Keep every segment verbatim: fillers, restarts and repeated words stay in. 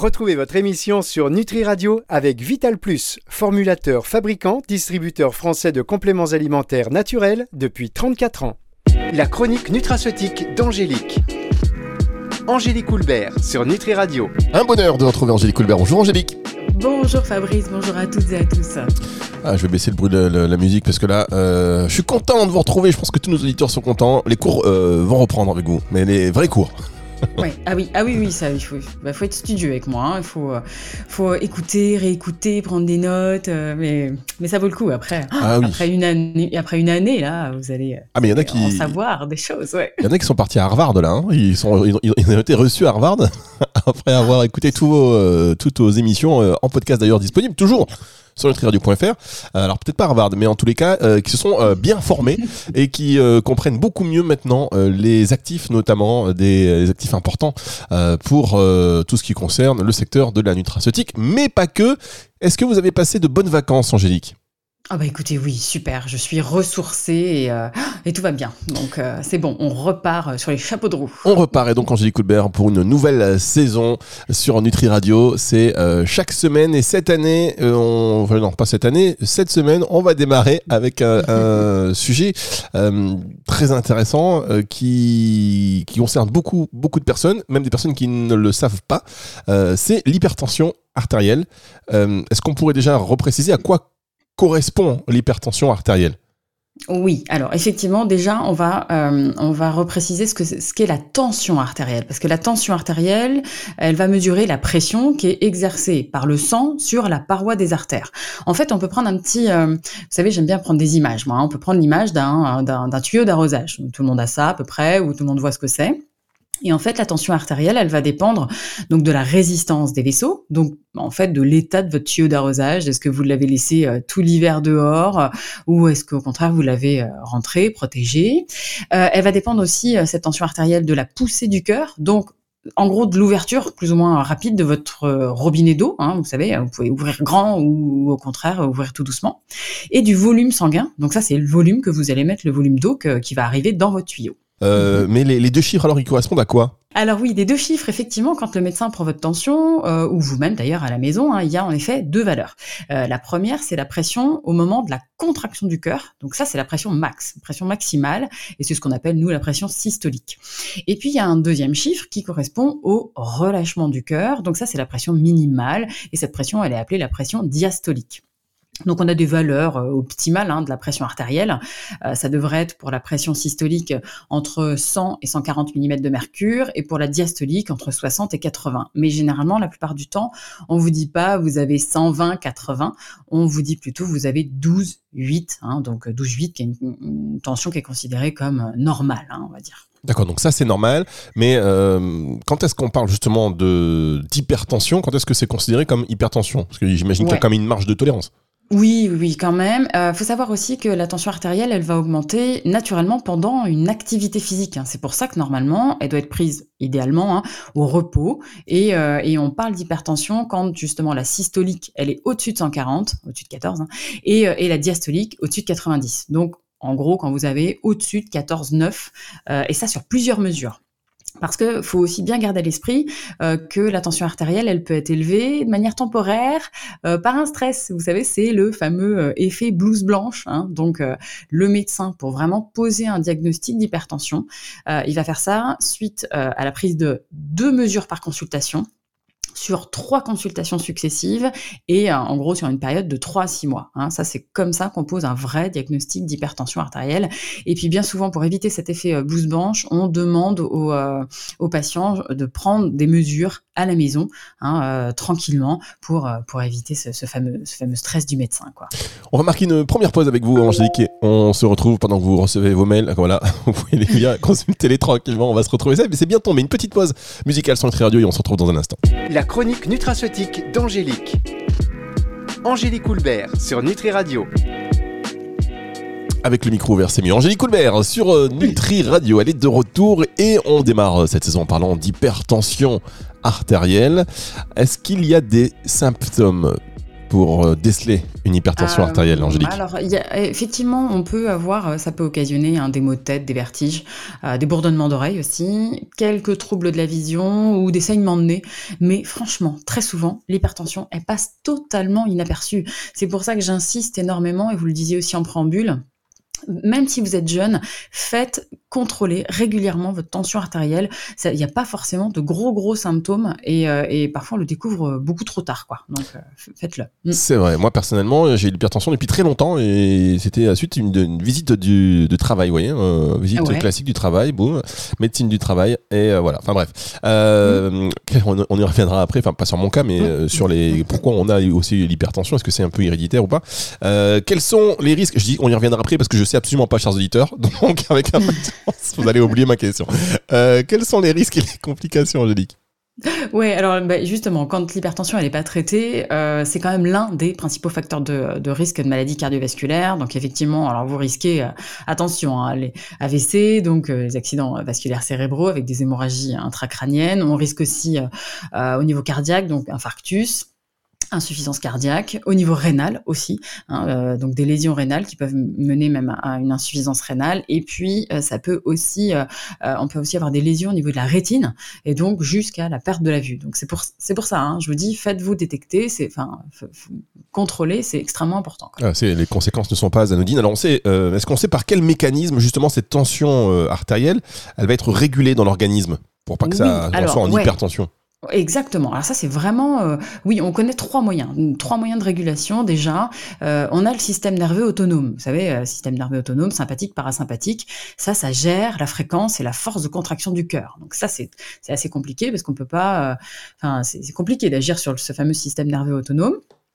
Retrouvez votre émission sur Nutri Radio avec Vital Plus, formulateur, fabricant, distributeur français de compléments alimentaires naturels depuis trente-quatre ans. La chronique nutraceutique d'Angélique. Angélique Houlbert sur Nutri Radio. Un bonheur de retrouver Angélique Houlbert. Bonjour Angélique. Bonjour Fabrice, bonjour à toutes et à tous. Ah, je vais baisser le bruit de la, la musique parce que là, euh, je suis content de vous retrouver. Je pense que tous nos auditeurs sont contents. Les cours euh, vont reprendre avec vous, mais les vrais cours. Ouais. Ah oui, ah oui, oui, ça, il faut, bah, faut être studieux avec moi. Hein. Il faut, faut écouter, réécouter, prendre des notes, euh, mais, mais ça vaut le coup après. Ah, oui. Après une année, après une année là, vous allez ah, mais y en, a qui... en savoir des choses. Ouais. Il y en a qui sont partis à Harvard là. Hein. Ils, sont, ils, ils ont été reçus à Harvard après avoir écouté tous vos, euh, toutes vos émissions euh, en podcast d'ailleurs disponibles toujours sur nutri radio point f r. Alors peut-être pas Harvard, mais en tous les cas, euh, qui se sont euh, bien formés et qui euh, comprennent beaucoup mieux maintenant euh, les actifs, notamment euh, des les actifs importants euh, pour euh, tout ce qui concerne le secteur de la nutraceutique, mais pas que. Est-ce que vous avez passé de bonnes vacances, Angélique ? Ah bah écoutez, oui, super, je suis ressourcée et, euh, et tout va bien. Donc euh, c'est bon, on repart sur les chapeaux de roue. On repart et donc Angélique Houlbert pour une nouvelle saison sur Nutri Radio. C'est euh, chaque semaine et cette année, euh, on... enfin, non pas cette année, cette semaine, on va démarrer avec un, un sujet euh, très intéressant euh, qui, qui concerne beaucoup, beaucoup de personnes, même des personnes qui ne le savent pas. Euh, c'est l'hypertension artérielle. Euh, est-ce qu'on pourrait déjà repréciser à quoi correspond l'hypertension artérielle ? Oui, alors effectivement, déjà, on va euh, on va repréciser ce que ce qu'est la tension artérielle, parce que la tension artérielle, elle va mesurer la pression qui est exercée par le sang sur la paroi des artères. En fait, on peut prendre un petit, euh, vous savez, j'aime bien prendre des images, moi. Hein, on peut prendre l'image d'un, d'un d'un tuyau d'arrosage. Tout le monde a ça à peu près, ou tout le monde voit ce que c'est. Et en fait, la tension artérielle, elle va dépendre donc de la résistance des vaisseaux, donc en fait de l'état de votre tuyau d'arrosage. Est-ce que vous l'avez laissé euh, tout l'hiver dehors, euh, ou est-ce qu'au contraire vous l'avez euh, rentré, protégé. euh, Elle va dépendre aussi euh, cette tension artérielle de la poussée du cœur, donc en gros de l'ouverture plus ou moins rapide de votre euh, robinet d'eau. Hein, vous savez, vous pouvez ouvrir grand ou, ou au contraire ouvrir tout doucement, et du volume sanguin. Donc ça, c'est le volume que vous allez mettre, le volume d'eau que, qui va arriver dans votre tuyau. Euh, mais les, les deux chiffres, alors, ils correspondent à quoi ? Alors oui, des deux chiffres, effectivement, quand le médecin prend votre tension, euh, ou vous-même d'ailleurs à la maison, hein, il y a en effet deux valeurs. Euh, la première, c'est la pression au moment de la contraction du cœur. Donc ça, c'est la pression max, pression maximale, et c'est ce qu'on appelle, nous, la pression systolique. Et puis, il y a un deuxième chiffre qui correspond au relâchement du cœur. Donc ça, c'est la pression minimale, et cette pression, elle est appelée la pression diastolique. Donc on a des valeurs euh, optimales hein, de la pression artérielle. Euh, ça devrait être pour la pression systolique entre cent et cent quarante millimètres de mercure, et pour la diastolique entre soixante et quatre-vingts. Mais généralement, la plupart du temps, on vous dit pas vous avez cent vingt, quatre-vingts, on vous dit plutôt vous avez douze, huit, hein, donc douze, huit qui est une, une tension qui est considérée comme normale, hein, on va dire. D'accord, donc ça c'est normal, mais euh, quand est-ce qu'on parle justement de, d'hypertension, quand est-ce que c'est considéré comme hypertension ? Parce que j'imagine ouais. qu'il y a quand même une marge de tolérance. Oui, oui, quand même. Il euh, faut savoir aussi que la tension artérielle, elle va augmenter naturellement pendant une activité physique. Hein. C'est pour ça que normalement, elle doit être prise idéalement hein, au repos. Et, euh, et on parle d'hypertension quand justement la systolique, elle est au-dessus de cent quarante, au-dessus de quatorze, hein, et, euh, et la diastolique au-dessus de quatre-vingt-dix. Donc, en gros, quand vous avez au-dessus de quatorze virgule neuf, euh, et ça sur plusieurs mesures. Parce que faut aussi bien garder à l'esprit euh, que la tension artérielle, elle peut être élevée de manière temporaire euh, par un stress. Vous savez, c'est le fameux euh, effet blouse blanche. Hein. Donc, euh, le médecin, pour vraiment poser un diagnostic d'hypertension, euh, il va faire ça suite euh, à la prise de deux mesures par consultation, sur trois consultations successives et euh, en gros sur une période de trois à six mois. Hein. Ça, c'est comme ça qu'on pose un vrai diagnostic d'hypertension artérielle. Et puis bien souvent, pour éviter cet effet euh, blouse blanche, on demande aux, euh, aux patients de prendre des mesures à la maison, hein, euh, tranquillement, pour, euh, pour éviter ce, ce, fameux, ce fameux stress du médecin, quoi. On va marquer une première pause avec vous, Angélique. On se retrouve pendant que vous recevez vos mails. Voilà, vous pouvez les lire, consulter-les tranquillement. On va se retrouver ça. Mais c'est bien tombé. Une petite pause musicale sur Nutri Radio et on se retrouve dans un instant. La chronique nutraceutique d'Angélique. Angélique Houlbert sur Nutri Radio. Avec le micro ouvert, c'est mieux. Angélique Houlbert sur euh, Nutri Radio. Elle est de retour et on démarre cette saison en parlant d'hypertension artérielle. Est-ce qu'il y a des symptômes pour euh, déceler une hypertension euh, artérielle, Angélique? Alors, y a, effectivement, on peut avoir, ça peut occasionner hein, des maux de tête, des vertiges, euh, des bourdonnements d'oreilles aussi, quelques troubles de la vision ou des saignements de nez. Mais franchement, très souvent, l'hypertension, elle passe totalement inaperçue. C'est pour ça que j'insiste énormément, et vous le disiez aussi en préambule, même si vous êtes jeune, faites contrôler régulièrement votre tension artérielle. Il n'y a pas forcément de gros gros symptômes et, euh, et parfois on le découvre beaucoup trop tard, quoi. Donc euh, faites-le. Mm. C'est vrai. Moi personnellement, j'ai eu l'hypertension depuis très longtemps et c'était à suite d'une une visite du, de travail, vous voyez, euh, visite ouais. classique du travail, boum, médecine du travail et euh, voilà. Enfin bref, euh, mm. on, on y reviendra après. Enfin pas sur mon cas, mais mm. euh, sur les pourquoi on a aussi l'hypertension. Est-ce que c'est un peu héréditaire ou pas? euh, Quels sont les risques? Je dis on y reviendra après parce que je sais absolument pas, chers auditeurs. Donc avec un peu de temps, vous allez oublier ma question. Euh, quels sont les risques et les complications, Angélique? Ouais, alors bah, justement, quand l'hypertension elle n'est pas traitée, euh, c'est quand même l'un des principaux facteurs de, de risque de maladie cardiovasculaire. Donc effectivement, alors vous risquez, euh, attention, hein, les A V C, donc euh, les accidents vasculaires cérébraux avec des hémorragies intracrâniennes. On risque aussi euh, euh, au niveau cardiaque, donc infarctus, insuffisance cardiaque, au niveau rénal aussi, hein, euh, donc des lésions rénales qui peuvent mener même à une insuffisance rénale, et puis euh, ça peut aussi, euh, euh, on peut aussi avoir des lésions au niveau de la rétine, et donc jusqu'à la perte de la vue. Donc c'est pour c'est pour ça, hein, je vous dis, faites-vous détecter, c'est enfin f- f- contrôler, c'est extrêmement important. Ah, c'est, les conséquences ne sont pas anodines. Alors on sait, euh, est-ce qu'on sait par quel mécanisme justement cette tension euh, artérielle, elle va être régulée dans l'organisme pour pas que oui, ça alors, soit en ouais. hypertension? Exactement. Alors ça, c'est vraiment... Euh, oui, on connaît trois moyens. Trois moyens de régulation, déjà. Euh, on a le système nerveux autonome. Vous savez, euh, système nerveux autonome, sympathique, parasympathique. Ça, ça gère la fréquence et la force de contraction du cœur. Donc ça, c'est, c'est assez compliqué parce qu'on peut pas... Enfin, euh, c'est, c'est compliqué d'agir sur ce fameux système nerveux autonome.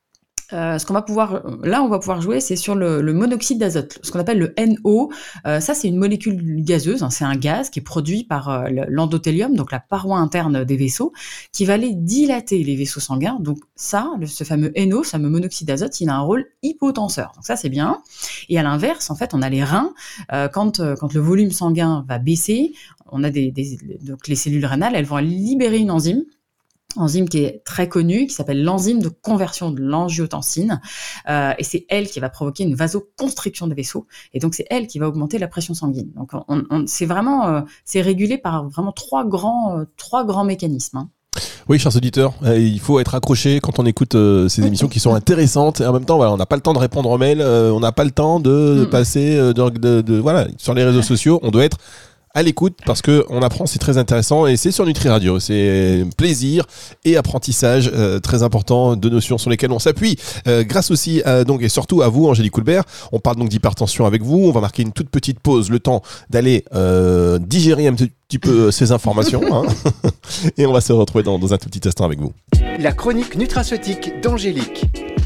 Euh, ce qu'on va pouvoir, là, on va pouvoir jouer, c'est sur le, le monoxyde d'azote, ce qu'on appelle le N O. Euh, ça, c'est une molécule gazeuse, hein, c'est un gaz qui est produit par euh, l'endothélium, donc la paroi interne des vaisseaux, qui va aller dilater les vaisseaux sanguins. Donc ça, le, ce fameux N O, ce fameux monoxyde d'azote, il a un rôle hypotenseur. Donc ça, c'est bien. Et à l'inverse, en fait, on a les reins. Euh, quand, euh, quand le volume sanguin va baisser, on a des, des, donc les cellules rénales, elles vont libérer une enzyme. enzyme qui est très connue, qui s'appelle l'enzyme de conversion de l'angiotensine, euh, et c'est elle qui va provoquer une vasoconstriction des vaisseaux, et donc c'est elle qui va augmenter la pression sanguine. Donc on, on, c'est vraiment, euh, c'est régulé par vraiment trois grands, euh, trois grands mécanismes. Hein. Oui, chers auditeurs, euh, il faut être accroché quand on écoute euh, ces émissions qui sont intéressantes, et en même temps, voilà, on n'a pas le temps de répondre aux mails, euh, on n'a pas le temps de, de passer, euh, de, de, de, voilà, sur les réseaux sociaux, on doit être à l'écoute parce que on apprend, c'est très intéressant et c'est sur Nutri Radio, c'est plaisir et apprentissage euh, très important de notions sur lesquelles on s'appuie euh, grâce aussi à, donc et surtout à vous, Angélique Coulbert. On parle donc d'hypertension avec vous, on va marquer une toute petite pause, le temps d'aller euh, digérer un petit, petit peu ces informations hein. Et on va se retrouver dans, dans un tout petit instant avec vous. La chronique nutraceutique d'Angélique.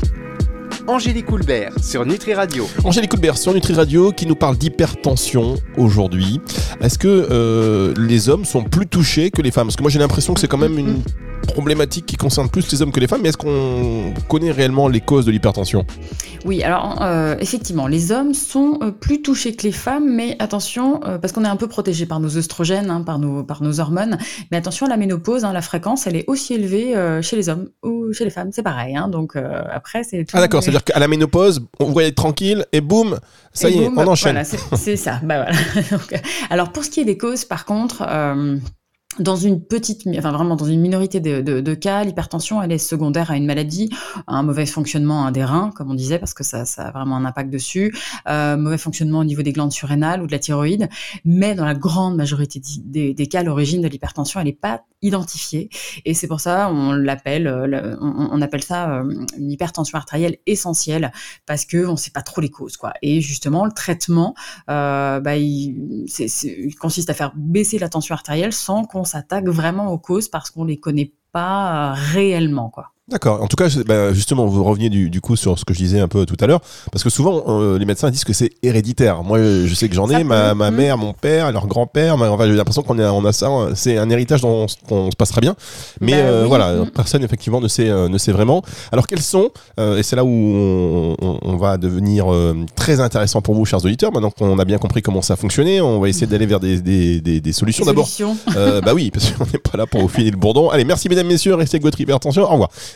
Angélique Coulbert sur Nutri Radio. Angélique Coulbert sur Nutri Radio qui nous parle d'hypertension aujourd'hui. Est-ce que euh, les hommes sont plus touchés que les femmes? Parce que moi j'ai l'impression que c'est quand même une problématique qui concerne plus les hommes que les femmes, mais est-ce qu'on connaît réellement les causes de l'hypertension? Oui, alors euh, effectivement, les hommes sont euh, plus touchés que les femmes, mais attention, euh, parce qu'on est un peu protégé par nos œstrogènes, hein, par, nos, par nos hormones, mais attention, la ménopause, hein, la fréquence, elle est aussi élevée euh, chez les hommes ou chez les femmes, c'est pareil. Hein, donc euh, après, c'est tout. Ah d'accord, mais... c'est-à-dire qu'à la ménopause, on va être tranquille et boum, ça et y boum, est, on enchaîne. Voilà, c'est, c'est ça. Bah, voilà. Donc, alors pour ce qui est des causes, par contre... Euh, Dans une petite, enfin vraiment dans une minorité de, de, de cas, l'hypertension elle est secondaire à une maladie, à un mauvais fonctionnement hein, des reins, comme on disait, parce que ça, ça a vraiment un impact dessus, euh, mauvais fonctionnement au niveau des glandes surrénales ou de la thyroïde, mais dans la grande majorité des, des cas, l'origine de l'hypertension elle n'est pas identifiée, et c'est pour ça on l'appelle, on, on appelle ça une hypertension artérielle essentielle, parce que on sait pas trop les causes, quoi. Et justement le traitement, euh, bah, il, c'est, c'est, il consiste à faire baisser la tension artérielle sans qu'on on s'attaque vraiment aux causes parce qu'on les connaît pas réellement, quoi. D'accord. En tout cas, bah justement, vous reveniez du, du coup sur ce que je disais un peu tout à l'heure, parce que souvent euh, les médecins disent que c'est héréditaire. Moi, je sais que j'en ai, ma, ma mère, mon père, leur grand-père. Ma, enfin, j'ai l'impression qu'on a, on a ça. C'est un héritage dont on, on se passera bien, mais bah, euh, oui. voilà, mmh. personne effectivement ne sait, euh, ne sait vraiment. Alors quels sont euh, et c'est là où on, on, on va devenir euh, très intéressant pour vous, chers auditeurs. Maintenant qu'on a bien compris comment ça fonctionnait, on va essayer d'aller vers des, des, des, des solutions. Des D'abord, solutions. euh, bah oui, parce qu'on n'est pas là pour vous filer le bourdon. Allez, merci mesdames, messieurs, restez avec votre hypertension. Au revoir.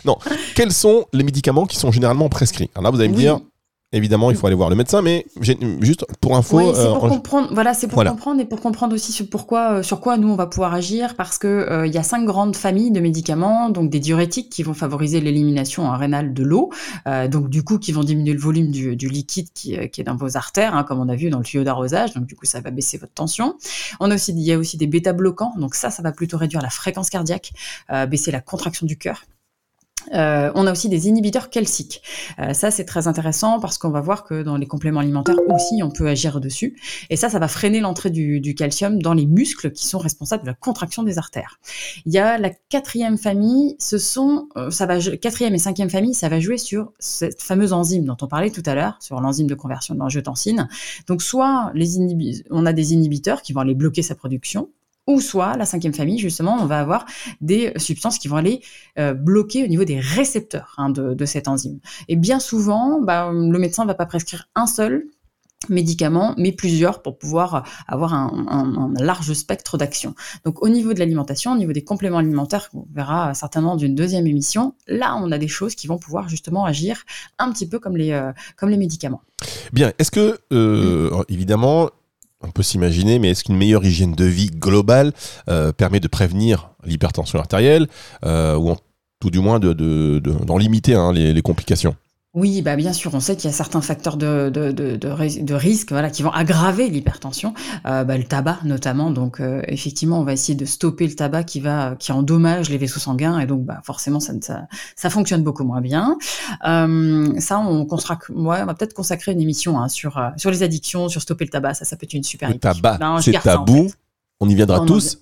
Non. Quels sont les médicaments qui sont généralement prescrits? Alors là, vous allez me Oui. dire, évidemment, il faut aller voir le médecin, mais j'ai, juste pour info... Oui, c'est euh, pour en- comprendre. Voilà, c'est pour Voilà. comprendre et pour comprendre aussi sur pourquoi, euh, sur quoi nous on va pouvoir agir, parce que euh, il y a cinq grandes familles de médicaments, donc des diurétiques qui vont favoriser l'élimination hein, rénale de l'eau, euh, donc du coup qui vont diminuer le volume du, du liquide qui, euh, qui est dans vos artères, hein, comme on a vu dans le tuyau d'arrosage, donc du coup ça va baisser votre tension. On a aussi, il y a aussi des bêta-bloquants, donc ça, ça va plutôt réduire la fréquence cardiaque, euh, baisser la contraction du cœur. Euh, on a aussi des inhibiteurs calciques. Euh, ça, c'est très intéressant parce qu'on va voir que dans les compléments alimentaires aussi, on peut agir dessus. Et ça, ça va freiner l'entrée du, du calcium dans les muscles qui sont responsables de la contraction des artères. Il y a la quatrième famille, ce sont, euh, ça va, quatrième et cinquième famille, ça va jouer sur cette fameuse enzyme dont on parlait tout à l'heure, sur l'enzyme de conversion de l'angiotensine. Donc, soit les inhibi- on a des inhibiteurs qui vont aller bloquer sa production, ou soit, la cinquième famille, justement, on va avoir des substances qui vont aller euh, bloquer au niveau des récepteurs hein, de, de cette enzyme. Et bien souvent, bah, le médecin ne va pas prescrire un seul médicament, mais plusieurs pour pouvoir avoir un, un, un large spectre d'action. Donc au niveau de l'alimentation, au niveau des compléments alimentaires, on verra certainement d'une deuxième émission, là on a des choses qui vont pouvoir justement agir un petit peu comme les, euh, comme les médicaments. Bien, est-ce que, euh, mmh. évidemment... On peut s'imaginer, mais est-ce qu'une meilleure hygiène de vie globale euh, permet de prévenir l'hypertension artérielle euh, ou en, tout du moins de, de, de, d'en limiter hein, les, les complications? Oui, bah bien sûr, on sait qu'il y a certains facteurs de, de, de, de, de risque voilà, qui vont aggraver l'hypertension, euh, bah, le tabac notamment. Donc euh, effectivement, on va essayer de stopper le tabac qui va qui endommage les vaisseaux sanguins et donc bah, forcément ça, ça, ça fonctionne beaucoup moins bien. Euh, ça, on, consacre, ouais, on va peut-être consacrer une émission hein, sur, euh, sur les addictions, sur stopper le tabac. Ça, ça peut être une super Le idée. tabac, Ben, c'est tabou. Ça, en fait. On y viendra on tous.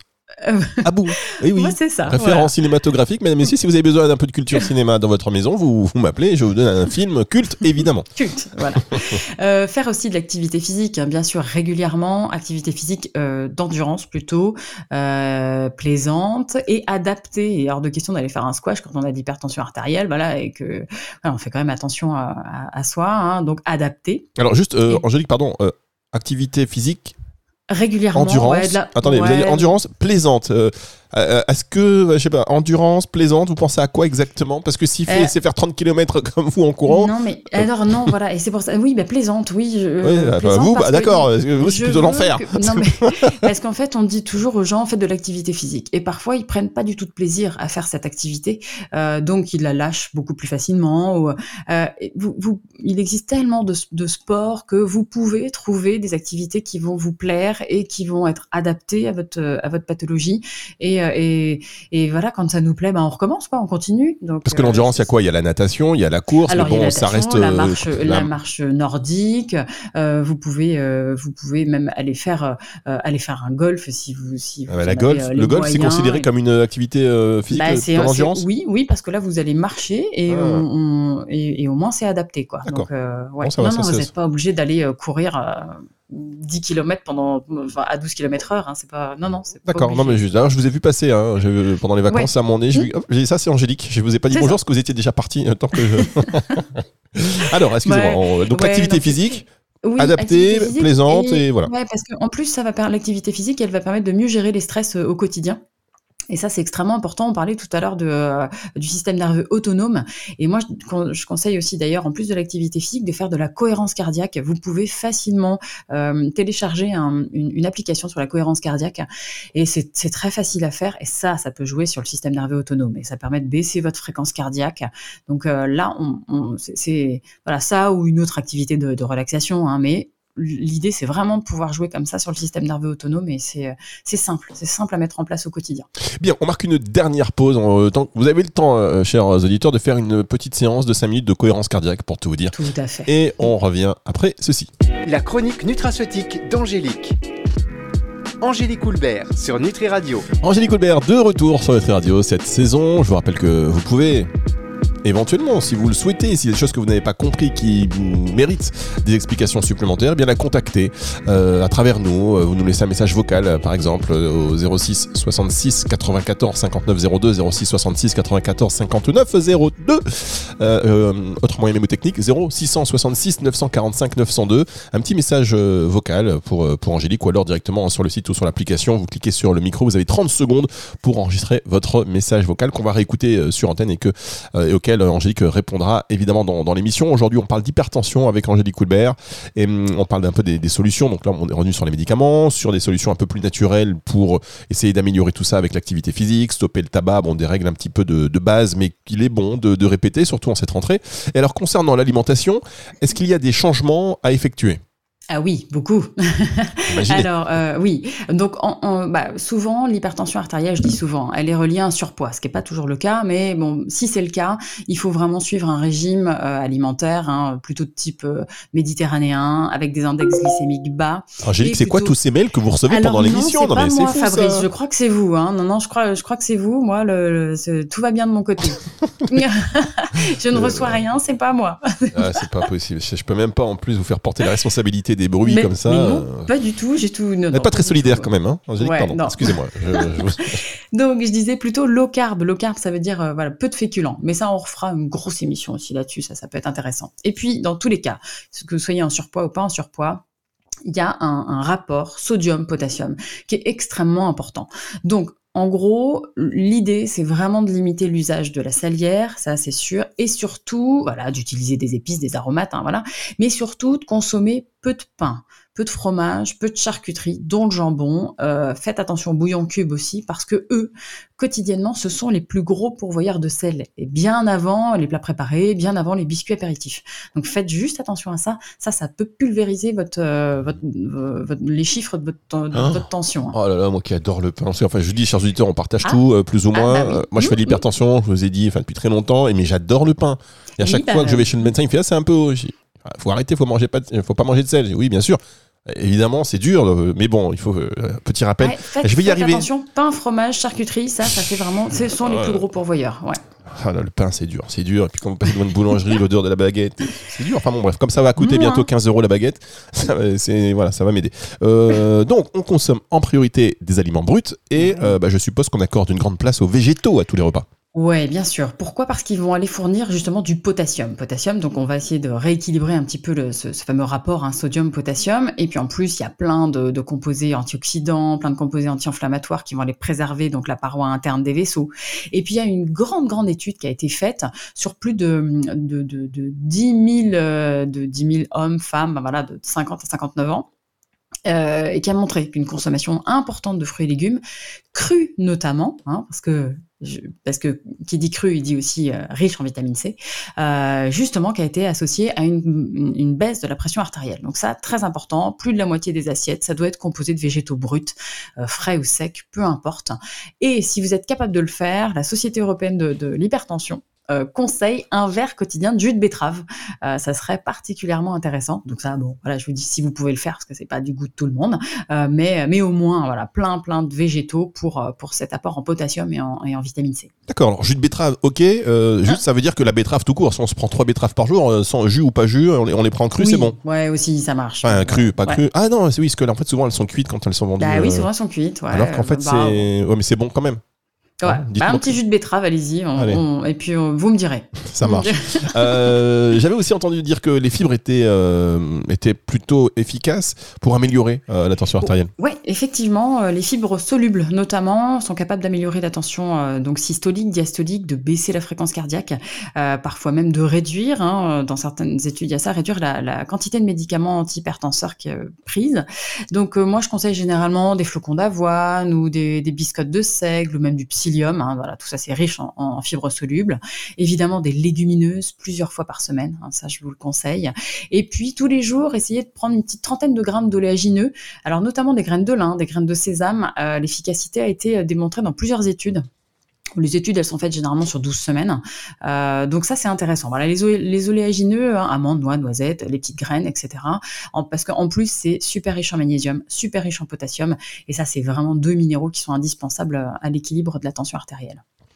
À bout. Oui, oui. Ouais, c'est ça. Référence voilà. cinématographique. Mesdames et messieurs, si vous avez besoin d'un peu de culture cinéma dans votre maison, vous, vous m'appelez et je vous donne un film culte, évidemment. Culte, voilà. euh, faire aussi de l'activité physique, hein, bien sûr, régulièrement. Activité physique euh, d'endurance plutôt, euh, plaisante et adaptée. Et hors de question d'aller faire un squash quand on a de l'hypertension artérielle, voilà, et que voilà, on fait quand même attention à, à, à soi. Hein, donc, adapté. Alors, juste, euh, et... Angélique, pardon, euh, activité physique. Régulièrement. Endurance. Ouais, de la... Attendez, ouais. vous avez dit endurance plaisante. Euh, euh, est-ce que, je sais pas, endurance plaisante, vous pensez à quoi exactement? Parce que s'il fait, euh... c'est faire trente kilomètres comme vous en courant. Non, mais alors non, voilà, et c'est pour ça. Oui, bah, plaisante, oui. Je, oui euh, bah, vous, bah, d'accord, que, vous, c'est plutôt l'enfer. Que... Non, mais parce qu'en fait, on dit toujours aux gens, faites de l'activité physique. Et parfois, ils prennent pas du tout de plaisir à faire cette activité. Euh, donc, ils la lâchent beaucoup plus facilement. Ou, euh, vous, vous, il existe tellement de, de sports que vous pouvez trouver des activités qui vont vous plaire et qui vont être adaptées à votre, à votre pathologie. Et, et, et voilà, quand ça nous plaît, ben on recommence, quoi, on continue. Donc, parce que l'endurance, il euh, y a quoi? Il y a la natation, il y a la course, alors, mais bon, il y a la natation, ça reste la marche, euh, la... la marche nordique. Euh, vous pouvez, euh, vous pouvez même aller faire, euh, aller faire un golf si vous, si vous ah bah, la avez, golf, euh, le golf, moyens, c'est considéré et... comme une activité euh, physique bah, de l'endurance. Oui, oui, parce que là, vous allez marcher et, ah. on, on, et, et au moins c'est adapté, quoi. D'accord. Donc, euh, ouais. Bon, non, va, non, ça, vous c'est... n'êtes pas obligé d'aller euh, courir. Euh, dix kilomètres pendant, enfin, à douze kilomètres heure, hein, c'est pas, non, non, c'est D'accord, pas non, mais juste, alors, je vous ai vu passer, hein, je, pendant les vacances, ouais. à mon nez, je mmh. hop, j'ai dit ça, c'est Angélique, je vous ai pas dit c'est bonjour, ça. Parce que vous étiez déjà parti, euh, tant que je... Alors, excusez-moi, ouais. on, donc, ouais, activité donc, physique, oui, adaptée, activité physique plaisante, et, et voilà. Ouais, parce qu'en plus, ça va permettre, l'activité physique, elle va permettre de mieux gérer les stress euh, au quotidien. Et ça, c'est extrêmement important. On parlait tout à l'heure de, euh, du système nerveux autonome. Et moi, je, je conseille aussi d'ailleurs, en plus de l'activité physique, de faire de la cohérence cardiaque. Vous pouvez facilement euh, télécharger un, une, une application sur la cohérence cardiaque. Et c'est, c'est très facile à faire. Et ça, ça peut jouer sur le système nerveux autonome. Et ça permet de baisser votre fréquence cardiaque. Donc euh, là, on, on, c'est, c'est voilà, ça ou une autre activité de, de relaxation. Hein, mais l'idée, c'est vraiment de pouvoir jouer comme ça sur le système nerveux autonome et c'est, c'est simple, c'est simple à mettre en place au quotidien. Bien, on marque une dernière pause. Vous avez le temps, euh, chers auditeurs, de faire une petite séance de cinq minutes de cohérence cardiaque, pour tout vous dire. Tout à fait. Et on revient après ceci. La chronique nutraceutique d'Angélique. Angélique Houlbert sur Nutri Radio. Angélique Houlbert, de retour sur Nutri Radio cette saison. Je vous rappelle que vous pouvez éventuellement, si vous le souhaitez, s'il y a des choses que vous n'avez pas compris qui méritent des explications supplémentaires, eh bien la contacter euh, à travers nous. Vous nous laissez un message vocal, euh, par exemple, au zéro six soixante-six quatre-vingt-quatorze cinquante-neuf zéro deux, zéro six soixante-six quatre-vingt-quatorze cinquante-neuf zéro deux. Euh, euh, autre moyen mémotechnique, zéro six soixante-six neuf cent quarante-cinq neuf cent deux. Un petit message euh, vocal pour, pour Angélique, ou alors directement sur le site ou sur l'application. Vous cliquez sur le micro, vous avez trente secondes pour enregistrer votre message vocal qu'on va réécouter euh, sur antenne et, que, euh, et auquel Angélique répondra évidemment dans, dans l'émission. Aujourd'hui, on parle d'hypertension avec Angélique Houlbert et hum, on parle d'un peu des, des solutions. Donc là, on est revenu sur les médicaments, sur des solutions un peu plus naturelles pour essayer d'améliorer tout ça avec l'activité physique, stopper le tabac, bon, des règles un petit peu de, de base, mais qu'il est bon de, de répéter, surtout en cette rentrée. Et alors, concernant l'alimentation, est-ce qu'il y a des changements à effectuer ? Ah oui, beaucoup. Alors euh, oui, donc en, en, bah, souvent l'hypertension artérielle, je dis souvent, elle est reliée à un surpoids, ce qui n'est pas toujours le cas, mais bon, si c'est le cas, il faut vraiment suivre un régime euh, alimentaire, hein, plutôt de type euh, méditerranéen, avec des index glycémiques bas. Angélique, c'est plutôt... quoi tous ces mails que vous recevez Alors, pendant non, l'émission? C'est non, pas mais moi, c'est fou, Fabrice. Ça. Je crois que c'est vous. Hein. Non, non, je crois, je crois que c'est vous. Moi, le, le, tout va bien de mon côté. Je ne reçois euh... rien, c'est pas moi. Ah, c'est pas possible. Je, je peux même pas en plus vous faire porter la responsabilité des bruits mais, comme ça. Mais non, euh... pas du tout. J'ai tout. Non, non, pas très solidaire quand même, hein, Angélique. Ouais, pardon. Non. Excusez-moi. Je, je... Donc, je disais plutôt low carb. Low carb, ça veut dire euh, voilà, peu de féculents. Mais ça, on refera une grosse émission aussi là-dessus. Ça, ça peut être intéressant. Et puis, dans tous les cas, que vous soyez en surpoids ou pas en surpoids, il y a un, un rapport sodium-potassium qui est extrêmement important. Donc, en gros, l'idée, c'est vraiment de limiter l'usage de la salière, ça c'est sûr, et surtout, voilà, d'utiliser des épices, des aromates, hein, voilà, mais surtout de consommer peu de pain, peu de fromage, peu de charcuterie, dont le jambon. Euh, faites attention au bouillon cube aussi, parce que eux, quotidiennement, ce sont les plus gros pourvoyeurs de sel, et bien avant les plats préparés, bien avant les biscuits apéritifs. Donc faites juste attention à ça. Ça, ça peut pulvériser votre, euh, votre, euh, votre les chiffres de votre, de oh. votre tension. Hein. Oh là là, moi qui adore le pain. Enfin, je dis, chers auditeurs, on partage ah. tout, euh, plus ou moins. Ah, bah oui. euh, moi, je fais de l'hypertension, je vous ai dit, enfin depuis très longtemps, et mais j'adore le pain. Et à chaque oui, bah, fois que je vais chez le médecin, il me fait ah, c'est un peu. Il faut arrêter, faut manger pas, de, faut pas manger de sel. Dis, oui, bien sûr. Évidemment, c'est dur, mais bon, il faut euh, petit rappel. Ouais, faites, je vais y faites arriver. Attention, pain, fromage, charcuterie, ça, ça fait vraiment. Ce sont les plus gros pourvoyeurs. Ouais. Ah là, le pain, c'est dur, c'est dur. Et puis quand vous passez devant une boulangerie, l'odeur de la baguette, c'est dur. Enfin bon, bref, comme ça va coûter Moi. bientôt quinze euros la baguette, ça, c'est, voilà, ça va m'aider. Euh, donc, on consomme en priorité des aliments bruts et euh, bah, je suppose qu'on accorde une grande place aux végétaux à tous les repas. Ouais, bien sûr. Pourquoi ? Parce qu'ils vont aller fournir justement du potassium. Potassium, donc on va essayer de rééquilibrer un petit peu le, ce, ce fameux rapport hein, sodium-potassium. Et puis en plus, il y a plein de, de composés antioxydants, plein de composés anti-inflammatoires qui vont aller préserver donc la paroi interne des vaisseaux. Et puis il y a une grande, grande étude qui a été faite sur plus de, de, de, de dix mille, de dix mille hommes, femmes, ben voilà, de cinquante à cinquante-neuf ans. Euh, et qui a montré qu'une consommation importante de fruits et légumes, crus notamment, hein, parce que je, parce que qui dit cru, il dit aussi euh, riche en vitamine C, euh, justement qui a été associée à une, une, une baisse de la pression artérielle. Donc ça, très important, plus de la moitié des assiettes, ça doit être composé de végétaux bruts, euh, frais ou secs, peu importe. Et si vous êtes capable de le faire, la Société européenne de, de l'hypertension Euh, conseille un verre quotidien de jus de betterave. Euh, ça serait particulièrement intéressant. Donc ça, bon, voilà, je vous dis si vous pouvez le faire parce que c'est pas du goût de tout le monde, euh, mais mais au moins, voilà, plein plein de végétaux pour pour cet apport en potassium et en, et en vitamine C. D'accord. Alors jus de betterave, ok. Euh, juste, hein ça veut dire que la betterave tout court, si on se prend trois betteraves par jour, sans jus ou pas jus, on les, on les prend cru, oui, c'est bon. Ouais, aussi ça marche. Enfin, cru, pas ouais. cru. Ah non, c'est oui, parce que là, en fait, souvent elles sont cuites quand elles sont vendues. Bah oui, euh... souvent elles sont cuites. Ouais. Alors qu'en fait, bah, c'est, ouais, mais c'est bon quand même. Ouais. Hein, bah, un petit jus de betterave, allez-y, on, on, et puis on, vous me direz. Ça marche. euh, j'avais aussi entendu dire que les fibres étaient, euh, étaient plutôt efficaces pour améliorer euh, la tension artérielle. Oui, effectivement, euh, les fibres solubles notamment sont capables d'améliorer la tension euh, donc systolique, diastolique, de baisser la fréquence cardiaque, euh, parfois même de réduire, hein, dans certaines études il y a ça, réduire la, la quantité de médicaments antihypertenseurs euh, prises. Donc euh, moi je conseille généralement des flocons d'avoine ou des, des biscottes de seigle ou même du psyllium. Hein, voilà, tout ça c'est riche en, en fibres solubles. Évidemment des légumineuses plusieurs fois par semaine, hein, ça je vous le conseille. Et puis tous les jours, essayez de prendre une petite trentaine de grammes d'oléagineux, alors notamment des graines de lin, des graines de sésame. Euh, l'efficacité a été démontrée dans plusieurs études. Les études, elles sont faites généralement sur douze semaines. Euh, donc ça, c'est intéressant. Voilà, les, olé- les oléagineux, hein, amandes, noix, noisettes, les petites graines, et cetera. En, parce qu'en plus, c'est super riche en magnésium, super riche en potassium. Et ça, c'est vraiment deux minéraux qui sont indispensables à l'équilibre de la tension artérielle.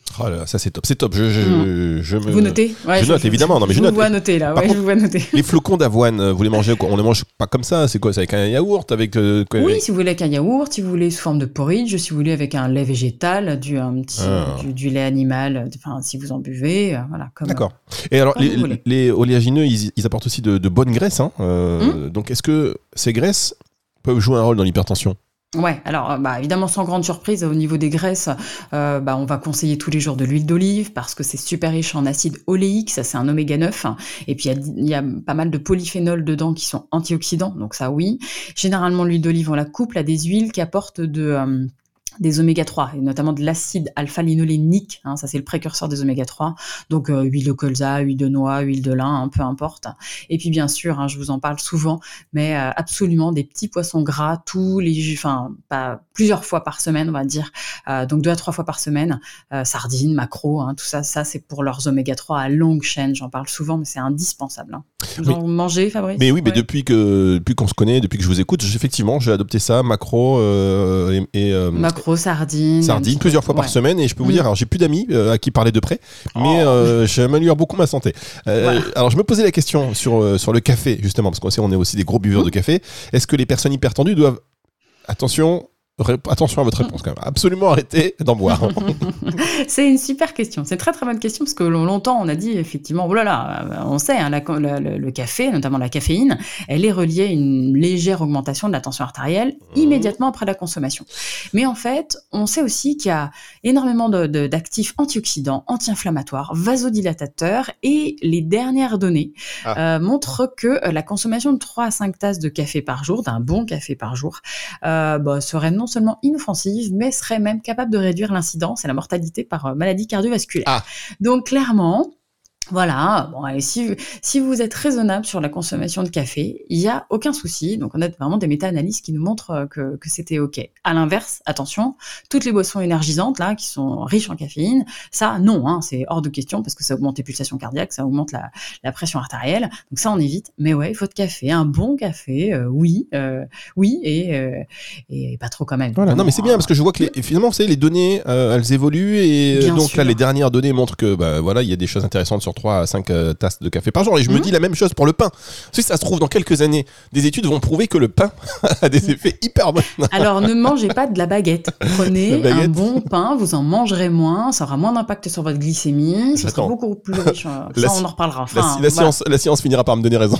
Oh là, ça c'est top, c'est top. Je, je, mmh. je me... Vous notez ouais, Je, je note je, évidemment. Non, mais je, je vous note. vois noter là. Ouais, contre, je vous vois noter. Les flocons d'avoine, vous les mangez, on les mange pas comme ça. C'est quoi? C'est avec un yaourt, avec. Euh, quoi, oui, avec... si vous voulez avec un yaourt, si vous voulez sous forme de porridge, si vous voulez avec un lait végétal, du un petit, ah. du, du lait animal. Enfin, si vous en buvez, euh, voilà. Comme, D'accord. Et alors, les, les oléagineux, ils, ils apportent aussi de, de bonnes graisses. Hein, euh, mmh. Donc, est-ce que ces graisses peuvent jouer un rôle dans l'hypertension? Ouais, alors bah, évidemment sans grande surprise au niveau des graisses, euh, bah, on va conseiller tous les jours de l'huile d'olive parce que c'est super riche en acide oléique, ça c'est un oméga neuf, et puis il y, y a pas mal de polyphénols dedans qui sont antioxydants, donc ça oui. Généralement l'huile d'olive on la couple à des huiles qui apportent de... Euh, des oméga trois, et notamment de l'acide alpha-linolénique, hein, ça c'est le précurseur des oméga trois, donc euh, huile de colza, huile de noix, huile de lin, hein, peu importe. Et puis bien sûr, hein, je vous en parle souvent, mais euh, absolument des petits poissons gras tous les, enfin pas plusieurs fois par semaine, on va dire, euh, donc deux à trois fois par semaine, euh, sardines, maquereaux, hein, tout ça, ça c'est pour leurs oméga trois à longue chaîne, j'en parle souvent, mais c'est indispensable. Hein. Vous en mangez, Fabrice? Mais oui, mais ouais. depuis que depuis qu'on se connaît, depuis que je vous écoute, effectivement, j'ai adopté ça, maquereau euh, et, et euh, maquereau, sardines. Sardines, plusieurs fois ouais. par semaine, et je peux vous mmh. dire, alors j'ai plus d'amis euh, à qui parler de près, mais oh. euh, j'améliore beaucoup ma santé. Euh, voilà. Alors je me posais la question sur, euh, sur le café, justement, parce qu'on sait on est aussi des gros buveurs mmh. de café. Est-ce que les personnes hypertendues doivent, attention, ré... attention à votre réponse quand même, absolument arrêter d'en boire? C'est une super question, c'est une très très bonne question, parce que longtemps on a dit effectivement, oh là là, on sait, hein, la, la, le, le café, notamment la caféine, elle est reliée à une légère augmentation de la tension artérielle mmh. immédiatement après la consommation. Mais en fait, on sait aussi qu'il y a énormément de, de, d'actifs antioxydants, anti-inflammatoires, vasodilatateurs, et les dernières données ah. euh, montrent que la consommation de trois à cinq tasses de café par jour, d'un bon café par jour, euh, bah, serait non seulement inoffensive, mais serait même capable de réduire l'incidence et la mortalité par maladie cardiovasculaire. Ah. Donc clairement, voilà, bon, et si, si vous êtes raisonnable sur la consommation de café, il n'y a aucun souci. Donc, on a vraiment des méta-analyses qui nous montrent que, que c'était OK. À l'inverse, attention, toutes les boissons énergisantes, là, qui sont riches en caféine, ça, non, hein, c'est hors de question parce que ça augmente les pulsations cardiaques, ça augmente la, la pression artérielle. Donc, ça, on évite. Mais ouais, votre café, un bon café, euh, oui, euh, oui, et, euh, et pas trop quand même. Voilà, non, mais c'est bien parce que je vois que les, finalement, vous savez, les données, euh, elles évoluent et bien donc sûr. Là, les dernières données montrent que, bah, voilà, il y a des choses intéressantes sur trois à cinq euh, tasses de café par jour. Et je mmh. me dis la même chose pour le pain. Si ça se trouve, dans quelques années, des études vont prouver que le pain a des effets hyper bons. Alors, ne mangez pas de la baguette. Prenez baguette. un bon pain, vous en mangerez moins, ça aura moins d'impact sur votre glycémie, ce sera beaucoup plus riche. Ça, la, on en reparlera. Enfin, la, la, voilà. science, la science finira par me donner raison.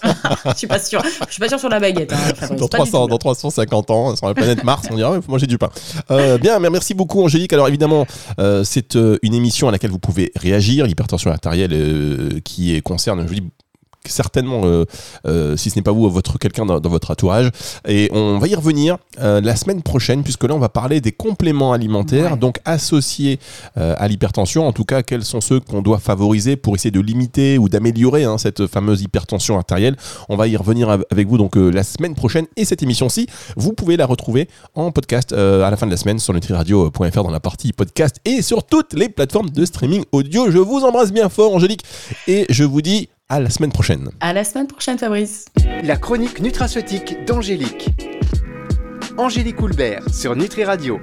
Je suis pas sûr. Je suis pas sûr sur la baguette. Hein, Fabrice, dans, trois cents, dans trois cent cinquante ans, sur la planète Mars, on dira il faut manger du pain. Euh, bien, mais merci beaucoup, Angélique. Alors, évidemment, euh, c'est euh, une émission à laquelle vous pouvez réagir. L'hypertension artérielle euh, qui concerne, je vous dis, certainement, euh, euh, si ce n'est pas vous, votre quelqu'un dans, dans votre entourage. Et on va y revenir euh, la semaine prochaine, puisque là, on va parler des compléments alimentaires, ouais. donc associés euh, à l'hypertension. En tout cas, quels sont ceux qu'on doit favoriser pour essayer de limiter ou d'améliorer hein, cette fameuse hypertension artérielle. On va y revenir avec vous donc euh, la semaine prochaine. Et cette émission-ci, vous pouvez la retrouver en podcast euh, à la fin de la semaine sur nutriradio point f r dans la partie podcast et sur toutes les plateformes de streaming audio. Je vous embrasse bien fort, Angélique, et je vous dis à la semaine prochaine. À la semaine prochaine, Fabrice. La chronique nutraceutique d'Angélique. Angélique Houlbert sur Nutri Radio.